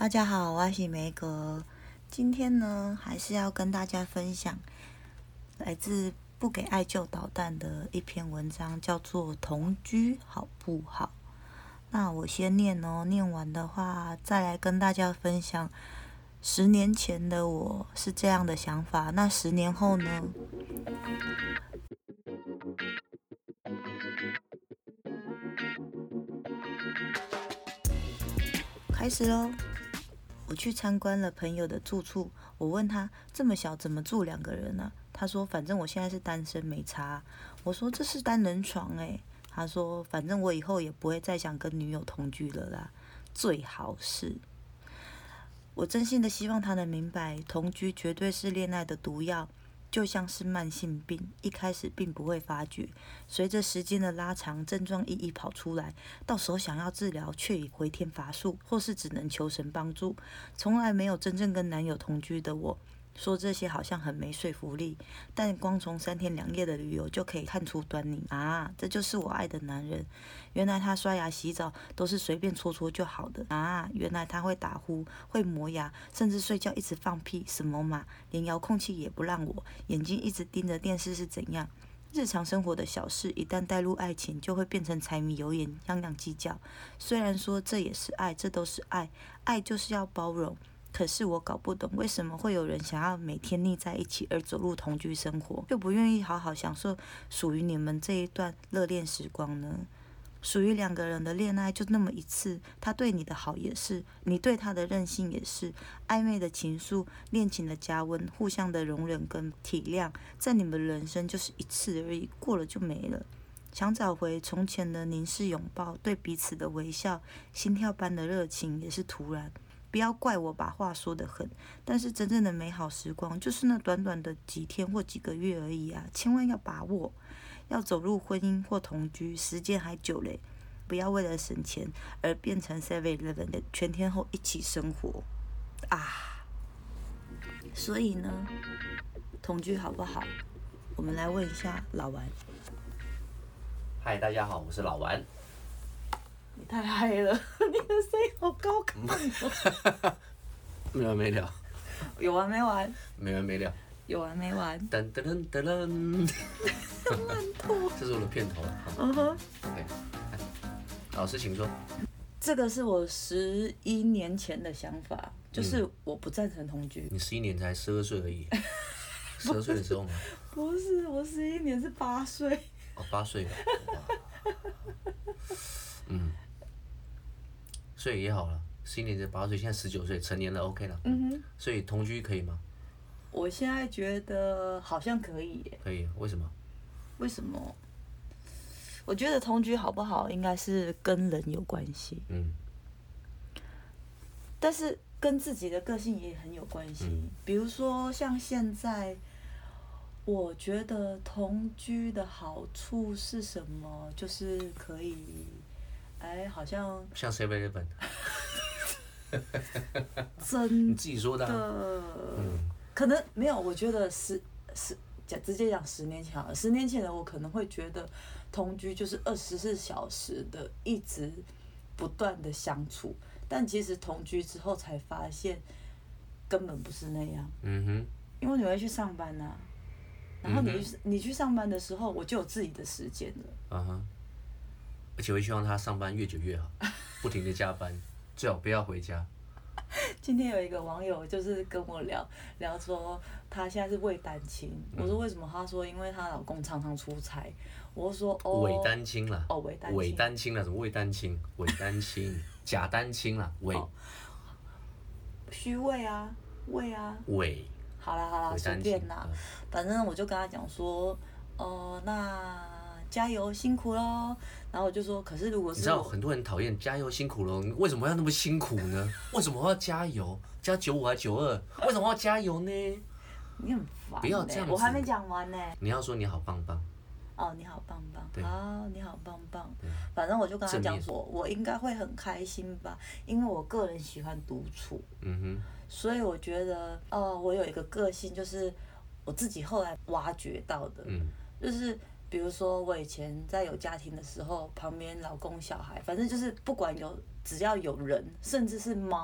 大家好，我是梅格。今天呢，还是要跟大家分享来自不给爱就捣蛋的一篇文章，叫做《同居好不好》。那我先念哦，念完的话再来跟大家分享。10年前的我是这样的想法，那10年后呢？开始咯。我去参观了朋友的住处，我问他这么小怎么住2个人啊？他说反正我现在是单身没差。我说这是单人床欸。他说反正我以后也不会再想跟女友同居了啦，最好是。我真心的希望他能明白，同居绝对是恋爱的毒药，就像是慢性病，一开始并不会发觉，随着时间的拉长，症状一一跑出来，到时候想要治疗却已回天乏术，或是只能求神帮助。从来没有真正跟男友同居的我，说这些好像很没说服力，但光从3天2夜的旅游就可以看出端倪啊！这就是我爱的男人。原来他刷牙洗澡都是随便搓搓就好的啊！原来他会打呼，会磨牙，甚至睡觉一直放屁，什么嘛，连遥控器也不让我，眼睛一直盯着电视是怎样？日常生活的小事，一旦带入爱情，就会变成柴米油盐，样样计较。虽然说这也是爱，这都是爱，爱就是要包容。可是我搞不懂，为什么会有人想要每天腻在一起而走入同居生活，就不愿意好好享受属于你们这一段热恋时光呢？属于2个人的恋爱就那么一次，他对你的好也是，你对他的任性也是，暧昧的情愫，恋情的加温，互相的容忍跟体谅，在你们人生就是一次而已，过了就没了。想找回从前的凝视拥抱，对彼此的微笑，心跳般的热情也是突然。不要怪我把话说得狠，但是真正的美好时光就是那短短的几天或几个月而已啊！千万要把握。要走入婚姻或同居，时间还久嘞，不要为了省钱而变成 7-Eleven 的全天候一起生活啊！所以呢，同居好不好？我们来问一下老顽。 嗨，大家好，我是老顽。 你太嗨了，你的声音好高亢哦。 没完没了。 有完没完？ 没完没了。 有完没完？ 噔噔噔噔噔。 烂透。 这是我的片头。 嗯哼。 OK， 老师请说。 这个是我11年前的想法，就是我不赞成同居。 你11年才12岁而已。12岁的时候吗？ 不是，我11年是8岁。 哦，8岁了。所以也好了，11年才8岁，现在19岁，成年了 ，OK 了。所以同居可以吗？ 我现在觉得好像可以耶。 可以，为什么？ 为什么？我觉得同居好不好，应该是跟人有关系。但是跟自己的个性也很有关系。比如说像现在，我觉得同居的好处是什么？就是可以，好像 7-Eleven。 真你自己说的啊。 可能没有。我觉得直接讲10年前好了。10年前的我可能会觉得同居就是24小时的一直不断的相处，但其实同居之后才发现根本不是那样。因为你会去上班啊，然后你去上班的时候，我就有自己的时间了。 而且我希望他上班越久越好，不停的加班，最好不要回家。 今天有一个网友就是跟我聊说，她现在是伪单亲。我说为什么？她说因为她老公常常出差。我说哦， 伪单亲啦。 哦，伪单亲。 伪单亲啦，什么伪单亲？伪单亲，假单亲啦，伪。 虚伪啊，伪啊。 伪。 好啦，随便啦。反正我就跟她讲说，那加油，辛苦咯。然后我就说，可是如果是你知道很多人讨厌加油辛苦咯，为什么要那么辛苦呢？为什么要加油？加95还92？为什么要加油呢？ 你很烦。 不要这样子。 我还没讲完呢。 你要说你好棒棒。 哦，你好棒棒。好，你好棒棒。反正我就跟他讲说，我应该会很开心吧，因为我个人喜欢独处。所以我觉得，我有一个个性，就是我自己后来挖掘到的，就是比如说我以前在有家庭的时候，旁边老公小孩，反正就是不管只要有人，甚至是猫，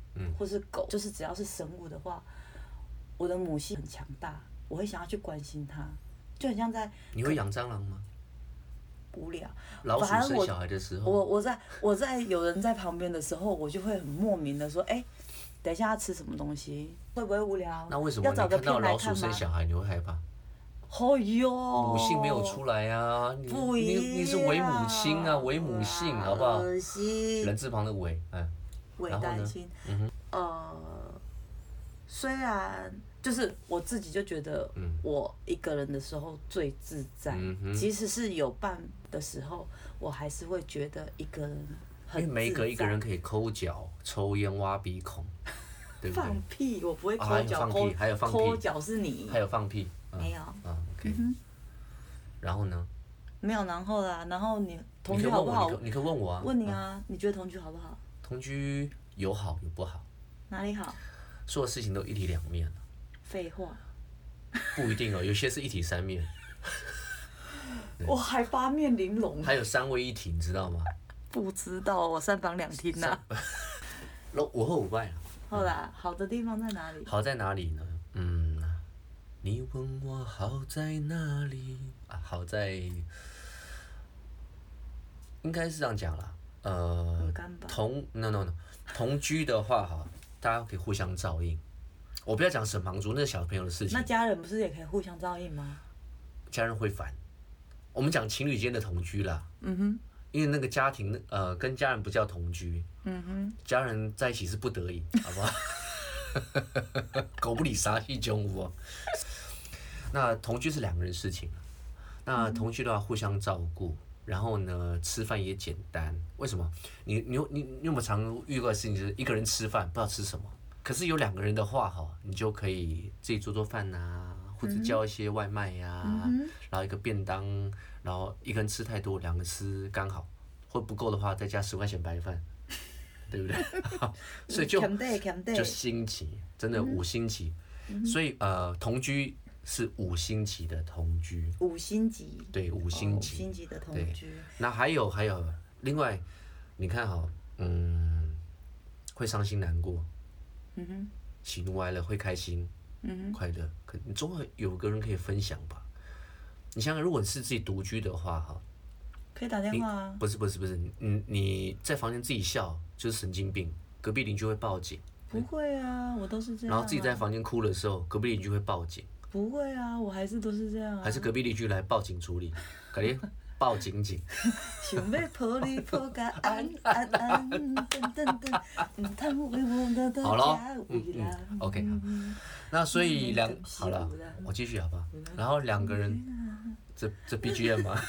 或是狗，就是只要是生物的话，我的母性很强大，我会想要去关心它，就很像在你会养蟑螂吗？ 无聊。 老鼠生小孩的时候， 我在有人在旁边的时候，我就会很莫名的说，等一下要吃什么东西，会不会无聊？ 那为什么你要找个看到老鼠片来看吗？ 生小孩你会害怕？ 哦哟， 母性没有出来啊，你是伪母亲啊，伪母性，好不好？ 恶心。 人字旁的伪， 伪然后呢担心。虽然就是我自己就觉得，我一个人的时候最自在，即使是有伴的时候，我还是会觉得一个人很自在。 因为每隔一个人可以抠脚、抽烟、挖鼻孔，对不对？ 放屁，我不会抠脚， 还有放屁， 抠脚是你。 还有放屁， 没有。 OK。然后呢？ 没有然后啦，然后你同居好不好？ 你可以问我啊。 问你啊，你觉得同居好不好？ 同居有好有不好。 哪里好？ 所有事情都一体两面。 废话。 不一定哦，有些是一体三面。 我还八面玲珑。 还有三位一体，你知道吗？ 不知道，我3房2厅呐。 五后五败啊。 好啦，好的地方在哪里？ 好在哪里呢？你问我好在哪里啊？好在，应该是这样讲啦。同居的话哈，大家可以互相照应。我不要讲沈房族那小朋友的事情。 那家人不是也可以互相照应吗？ 家人会烦。我们讲情侣间的同居啦。因为那个家庭跟家人不叫同居。家人在一起是不得已，好不好？狗不理啥去中午哦。那同居是2个人事情。那同居的话，互相照顾，然后呢，吃饭也简单。为什么？你有没有常遇过的事情，就是一个人吃饭不知道吃什么？可是有2个人的话哈，你就可以自己做饭呐，或者叫一些外卖呀，然后一个便当，然后一个人吃太多，2个吃刚好，或不够的话再加10块钱白饭，对不对？所以就星级，真的5星级。所以同居是5星级的同居。 5星级。 对，5星级。 5星级的同居。 那还有，另外，你看哈，会伤心难过，喜怒哀乐，会开心，快乐，可你总会有个人可以分享吧？你想想，如果你是自己独居的话，哈， 可以打电话啊。 不是，你在房间自己笑就是神经病，隔壁邻居会报警。 不会啊，我都是这样。 然后自己在房间哭的时候，隔壁邻居会报警。 不会啊，我还是都是这样啊。 还是隔壁邻居来报警处理，赶紧报警。 想要抱你抱甲安， 好咯，OK。那所以好了，我继续好不好？然后2个人，这 BGM 吗？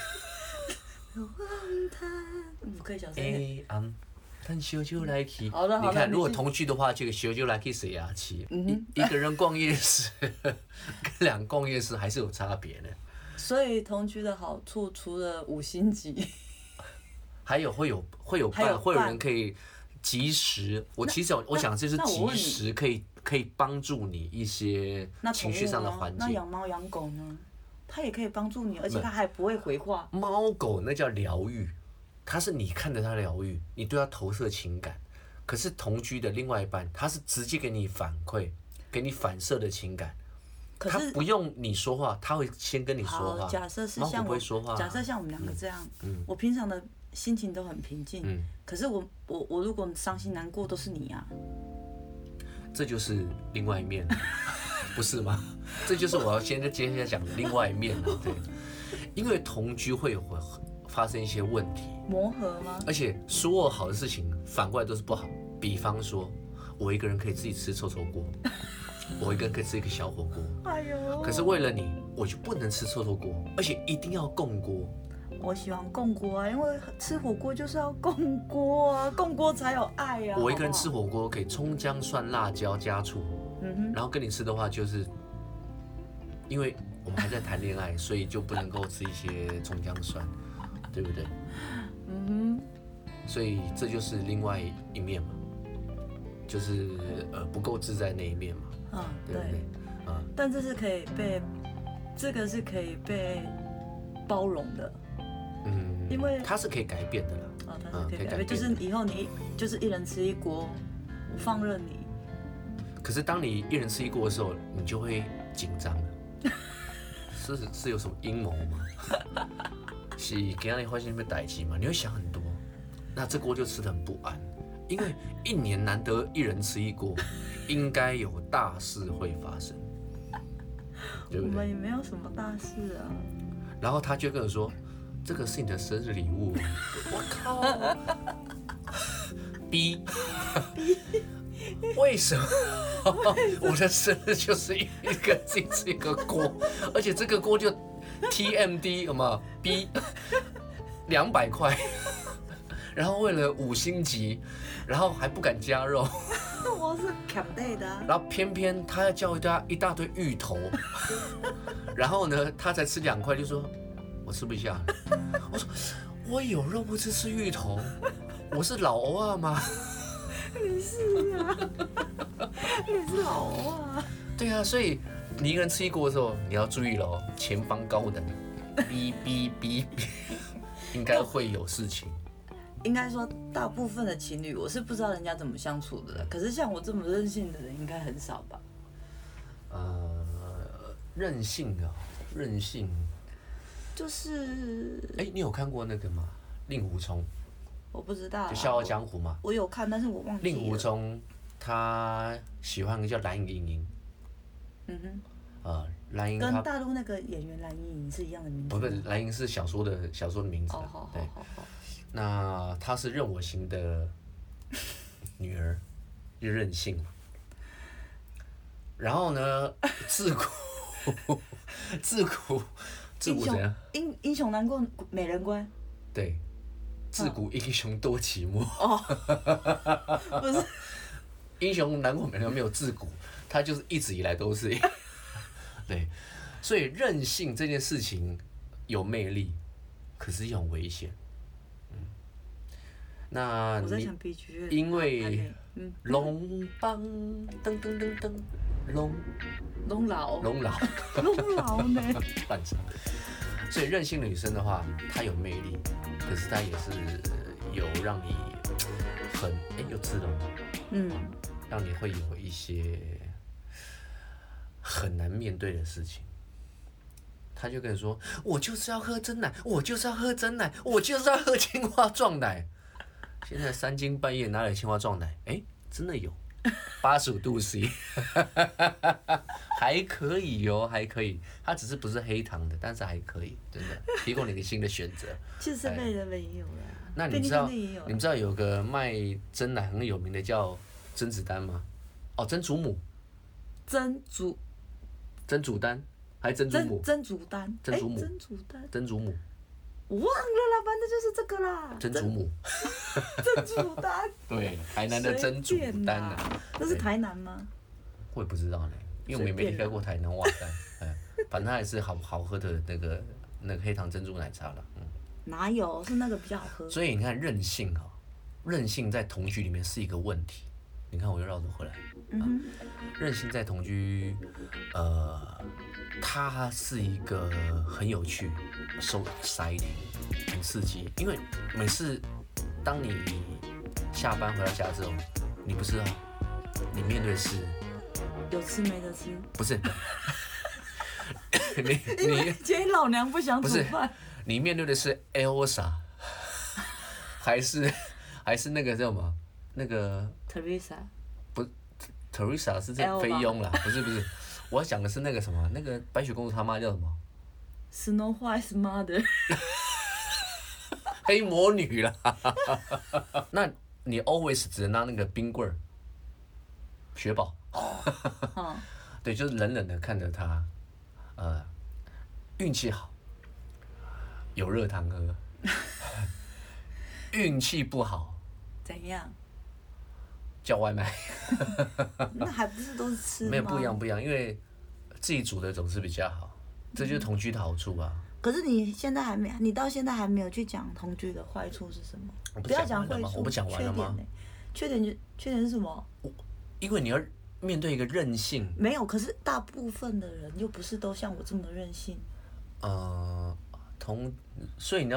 不可以小声一点。 但小酒来去， 好了， 你看，如果同居的话，这个小酒来去谁牙期？一个人逛夜市，跟2个逛夜市还是有差别的。 所以同居的好处，除了5星级， 还有会有伴，会有人可以及时。其实我想这是及时可以帮助你一些情绪上的缓解。 那养猫养狗呢？它也可以帮助你，而且它还不会回话。 猫狗那叫疗愈。它是你看着它疗愈，你对它投射情感。可是同居的另外一半，他是直接给你反馈，给你反射的情感。他不用你说话，他会先跟你说话。 假设是像我们2个这样，我平常的心情都很平静，可是我如果伤心难过都是你啊。 这就是另外一面，不是吗？这就是我要接下来讲的另外一面了，对。因为同居会发生一些问题， 磨合吗？ 而且所有好的事情反过来都是不好。比方说，我一个人可以自己吃臭臭锅，我一个人可以吃一个小火锅。 哎呦！ 可是为了你，我就不能吃臭臭锅，而且一定要共锅。 我喜欢共锅啊，因为吃火锅就是要共锅啊，共锅才有爱啊。 我一个人吃火锅可以葱姜蒜辣椒加醋，然后跟你吃的话就是，因为我们还在谈恋爱，所以就不能够吃一些葱姜蒜。对不对？所以这就是另外一面嘛，就是不够自在那一面嘛。对不对？ 但这是可以被包容的。因为它是可以改变的啦。 它是可以改变，就是以后你就是一人吃一锅， 我放任你。 可是当你一人吃一锅的时候，你就会紧张了。是有什么阴谋吗？是给让你发现什么代志吗？你会想很多，那这锅就吃得很不安，因为一年难得一人吃一锅，应该有大事会发生，对不对？ 我们也没有什么大事啊。 然后他就跟我说，这个是你的生日礼物。我靠！B， 为什么我的生日就是一个进吃一个锅，而且这个锅就 TMD 有没有 B 200块，然后为了5星级，然后还不敢加肉， 我是强烈的啊。 然后偏偏他要叫一大堆芋头，然后呢他才吃2块就说我吃不下了，我说我有肉不吃芋头，我是老欧啊吗？ 你是啊，你是老啊。 对啊，所以你一个人吃一锅的时候，你要注意了，前方高能，B， 应该会有事情。 应该说，大部分的情侣，我是不知道人家怎么相处的。可是像我这么任性的人，应该很少吧？ 任性啊，任性。 就是， 你有看过那个吗？令狐冲。 我不知道。 就《笑傲江湖》嘛。 我有看，但是我忘记了。 令狐冲他喜欢一个叫蓝盈莹。 嗯哼。 蓝盈跟大陆那个演员蓝盈莹是一样的名字。 不是，蓝盈是小说的名字。 哦，好。 那她是任我行的女儿，就任性。然后呢，自古怎样？ 英雄难过美人关。 对，自古英雄多寂寞。 不是， 英雄难过美人关没有自古，他就是一直以来都是。对，所以任性这件事情有魅力，可是也很危险。那我在想 B G， 因为龙邦噔噔噔噔龙老呢？ 乱唱。所以任性的女生的话，她有魅力，可是她也是有让你很有吃了吗？让你会有一些很难面对的事情。他就跟你说，我就是要喝真奶，我就是要喝真奶，我就是要喝青蛙撞奶。现在3更半夜哪里青蛙撞奶？真的有，85度 C， 还可以哦，还可以。它只是不是黑糖的，但是还可以，真的提供你一个新的选择。 就是贝的也有啦。 那你们知道有个卖真奶很有名的叫甄子丹吗？曾祖母。甄祖丹还是甄祖母？ 甄祖丹。 甄祖母。 我忘了啦，反正就是这个啦。 甄祖母。 甄祖丹。对， 台南的甄祖丹啊。 那是台南吗？ 我也不知道呢，因为我们也没离开过台南瓦丹。反正还是好喝的那个黑糖珍珠奶茶了。 哪有？是那个比较好喝。 所以你看任性在同居里面是一个问题。你看我又绕着回来。任性在同居，它是一个很有趣、so exciting、很刺激。因为每次当你下班回到家之后，你不知道你面对的是有吃没得吃， 不是你今天老娘不想煮饭， 你面对的是 Elsa， 还是那个叫什么？那个 Teresa。 不 ，Teresa 是这菲佣啦，不是，我要讲的是那个什么，那个白雪公主她妈叫什么 ？Snow White's mother。 黑魔女啦。那你 always 只能拿那个冰棍儿，雪宝。对，就是冷冷的看着她，运气好，有热汤喝；运气不好， 怎样？ 叫外卖。 那还不是都是吃吗？ 没有，不一样，因为自己煮的总是比较好，这就是同居的好处啊。 可是你到现在还没有去讲同居的坏处是什么？不要讲坏处， 我不讲完了吗？ 缺点是什么？ 因为你要面对一个任性。 没有，可是大部分的人又不是都像我这么任性。 所以你要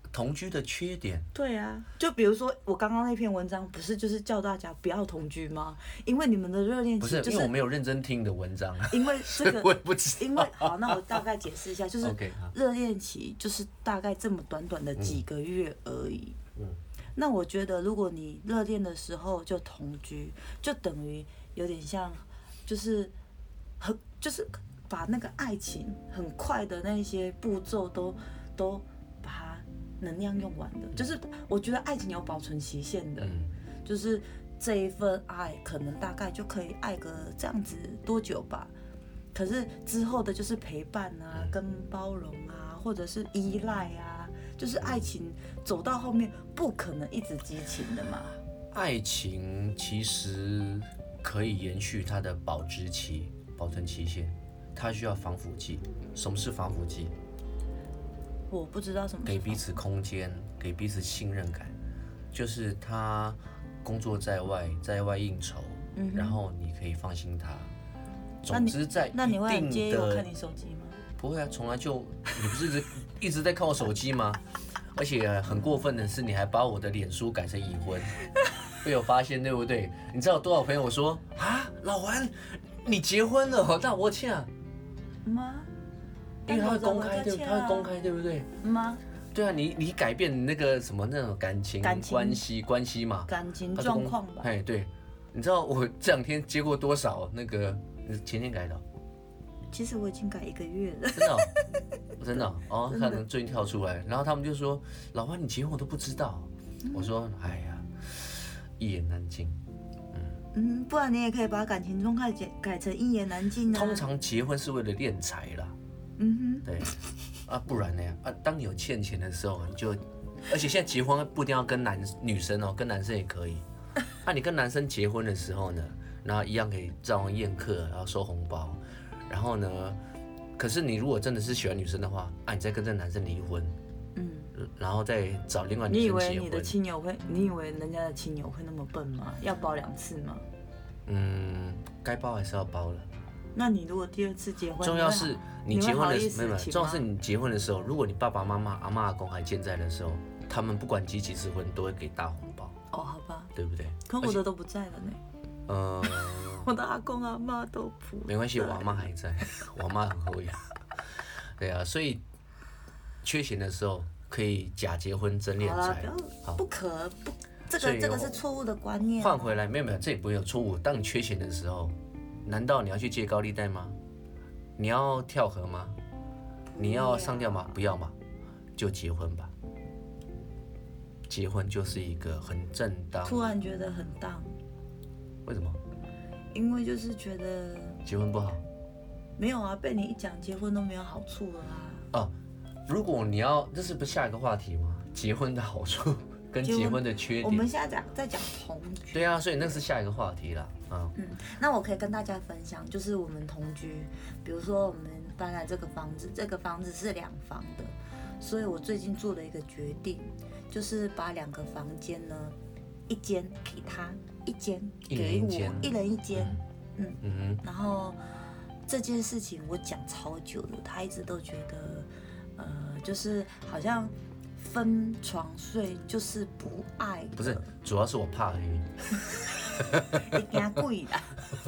同居的缺点。 对啊，就比如说我刚刚那篇文章，不是就是叫大家不要同居吗？因为你们的热恋期就是因为我没有认真听你的文章， 因为这个我也不知道。 因为好，那我大概解释一下，就是 OK， 热恋期就是大概这么短短的几个月而已。那我觉得，如果你热恋的时候就同居，就等于有点像，就是把那个爱情很快的那些步骤都把它能量用完的。就是我觉得爱情有保存期限的，就是这一份爱可能大概就可以爱个这样子多久吧。可是之后的就是陪伴啊，跟包容啊，或者是依赖啊。就是爱情走到后面不可能一直激情的嘛。 爱情其实可以延续它的保质期、保存期限，它需要防腐剂。什么是防腐剂？ 我不知道什么。 给彼此空间，给彼此信任感，就是他工作在外应酬，然后你可以放心他。总之在那你会很一定介意我的看你手机吗？ 不会啊，从来就你不是一直在看我手机吗？而且很过分的是，你还把我的脸书改成已婚，被我发现对不对？你知道有多少朋友说啊，老王你结婚了，那我欠吗？ 因为他会公开，对，他会公开，对不对？ 吗？ 对啊，你改变那个什么那种感情关系嘛， 感情状况吧。 哎，对，你知道我这2天接过多少那个前天改的？ 其实我已经改1个月了。 真的、哦，真的、哦，哦，他可能最近跳出来，然后他们就说：“老花，你结婚我都不知道。”我说：“哎呀，一言难尽。” 不然你也可以把感情状态改成一言难尽啊。 通常结婚是为了敛财啦。对。啊，不然呢？啊，当你有欠钱的时候，你就，而且现在结婚不一定要跟女生哦，跟男生也可以。啊，你跟男生结婚的时候呢，然后一样可以照样宴客，然后收红包。然后呢？可是你如果真的是喜欢女生的话，啊，你再跟这个男生离婚，然后再找另外女生结婚。 你以为你的亲友会？你以为人家的亲友会那么笨吗？要包2次吗？ 该包还是要包了。 那你如果第2次结婚， 重要是你结婚的没有， 重要是你结婚的时候，如果你爸爸妈妈、阿嬷阿公还健在的时候，他们不管几次婚都会给大红包。 哦，好吧， 对不对？ 可我的都不在了呢。我的阿公阿嬷都不在。 没关系，我阿嬷还在，我阿嬷很厚养。对啊，所以缺钱的时候可以假结婚真敛财。 不，这个是错误的观念。 换回来，没有，这也不会有错误。当你缺钱的时候，难道你要去借高利贷吗？你要跳河吗？你要上吊吗？不要嘛，就结婚吧。结婚就是一个很正当。 突然觉得很当。 为什么？ 因为就是觉得结婚不好。 没有啊，被你一讲，结婚都没有好处了啊。 如果你要，这是不是下一个话题吗？结婚的好处跟结婚的缺点。 我们现在在讲同居。 对啊，所以那是下一个话题啦。 那我可以跟大家分享，就是我们同居，比如说我们搬来这个房子，这个房子是2房的，所以我最近做了一个决定，就是把2个房间呢，一间给他，一间给我，一人一间。然后这件事情我讲超久了，他一直都觉得，就是好像分床睡就是不爱的。 不是，主要是我怕黑。 你怕鬼啦！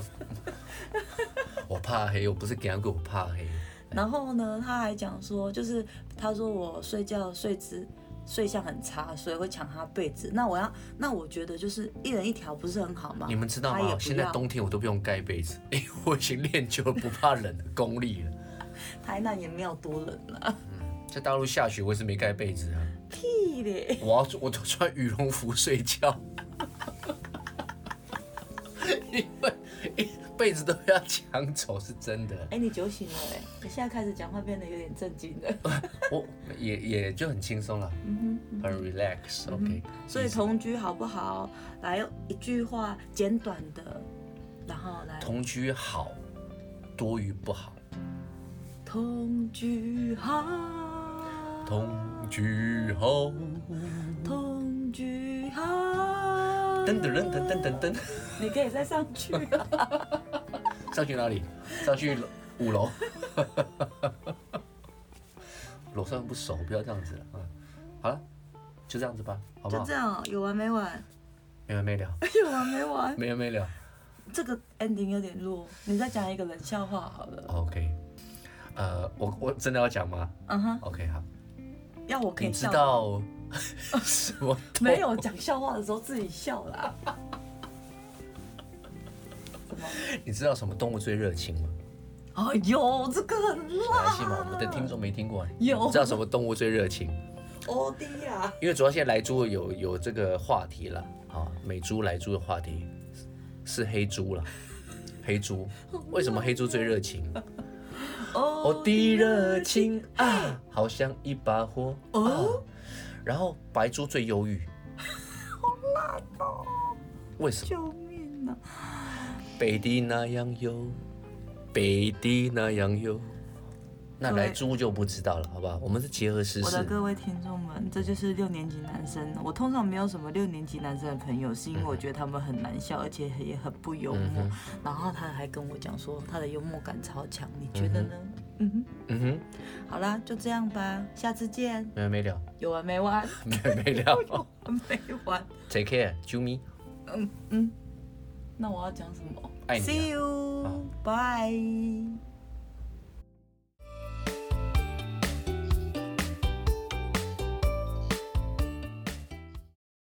我怕黑，我不是怕鬼，我怕黑。 然后呢，他还讲说，就是他说我睡觉睡相很差，所以会抢他被子。那我觉得就是一人一条不是很好吗？ 你们知道吗？现在冬天我都不用盖被子，因为我已经练就了不怕冷的功力了。 台南也没有多冷啦。 在大陆下雪，我也是没盖被子啊。 屁咧！ 我都穿羽绒服睡觉，因为被子都要抢走，是真的。 你酒醒了你现在开始讲话变得有点震惊了。 我也就很轻松了，很 relax，OK。 所以同居好不好？来用一句话简短的，然后来。 同居好，多于不好。 同居好。 同居好。 同居好。 噔噔噔噔噔噔。 你可以再上去啊。 上去哪里？上去5楼。楼上不熟，不要这样子了。好了。 就这样子吧，好不好？ 就这样，有完没完？ 没完没了， 有完没完？ 没完没了。 这个 ending 有点弱，你再讲一个冷笑话好了。 OK，我真的要讲吗？ 嗯哼， OK， 好。 要我可以你知笑吗？ 道什么？ 没有讲笑话的时候自己笑啦。什么？ 你知道什么动物最热情吗？ 哦，有这个很没关辣。 系嘛，我们的听众没听过。 有你知道什么动物最热情？ 欧弟呀， 因为主要现在来猪有这个话题了啊，美猪来猪的话题是黑猪了。黑猪为什么黑猪最热情？哦，的热情啊，好像一把火哦。然后白猪最忧郁， 好辣哦！ 为什么？ 救命啊！ 北的那样忧，北的那样忧。那来猪就不知道了，好不好？我们是结合时事。 我的各位听众们，这就是6年级男生。我通常没有什么6年级男生的朋友，是因为我觉得他们很难笑，而且也很不幽默。然后他还跟我讲说他的幽默感超强，你觉得呢？好啦，就这样吧，下次见。 没完没了， 有完没完？ 没完没了。 有完没完 Take care，啾咪。 那我要讲什么？ 爱你啊。 See you，bye。